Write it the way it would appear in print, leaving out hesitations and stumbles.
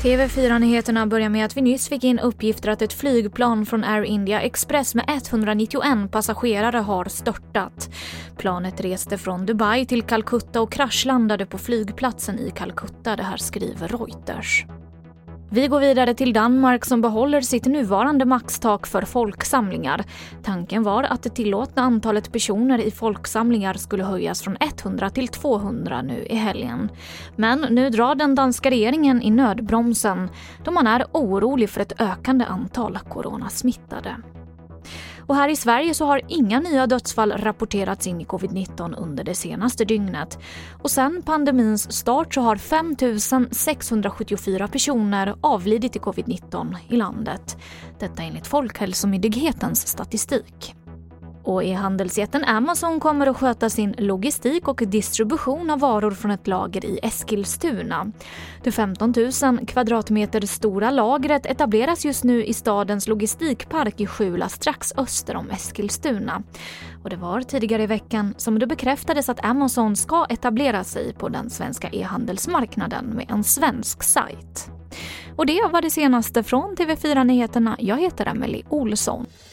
TV4-nyheterna börjar med att vi nyss fick in uppgifter att ett flygplan från Air India Express med 191 passagerare har störtat. Planet reste från Dubai till Calcutta och kraschlandade på flygplatsen i Calcutta, det här skriver Reuters. Vi går vidare till Danmark som behåller sitt nuvarande maxtak för folksamlingar. Tanken var att det tillåtna antalet personer i folksamlingar skulle höjas från 100 till 200 nu i helgen. Men nu drar den danska regeringen i nödbromsen då man är orolig för ett ökande antal coronasmittade. Och här i Sverige så har inga nya dödsfall rapporterats in i covid-19 under det senaste dygnet. Och sen pandemins start så har 5 674 personer avlidit i covid-19 i landet. Detta enligt Folkhälsomyndighetens statistik. Och e-handelsjätten Amazon kommer att sköta sin logistik och distribution av varor från ett lager i Eskilstuna. Det 15 000 kvadratmeter stora lagret etableras just nu i stadens logistikpark i Skjula strax öster om Eskilstuna. Och det var tidigare i veckan som det bekräftades att Amazon ska etablera sig på den svenska e-handelsmarknaden med en svensk sajt. Och det var det senaste från TV4-nyheterna. Jag heter Emelie Olsson.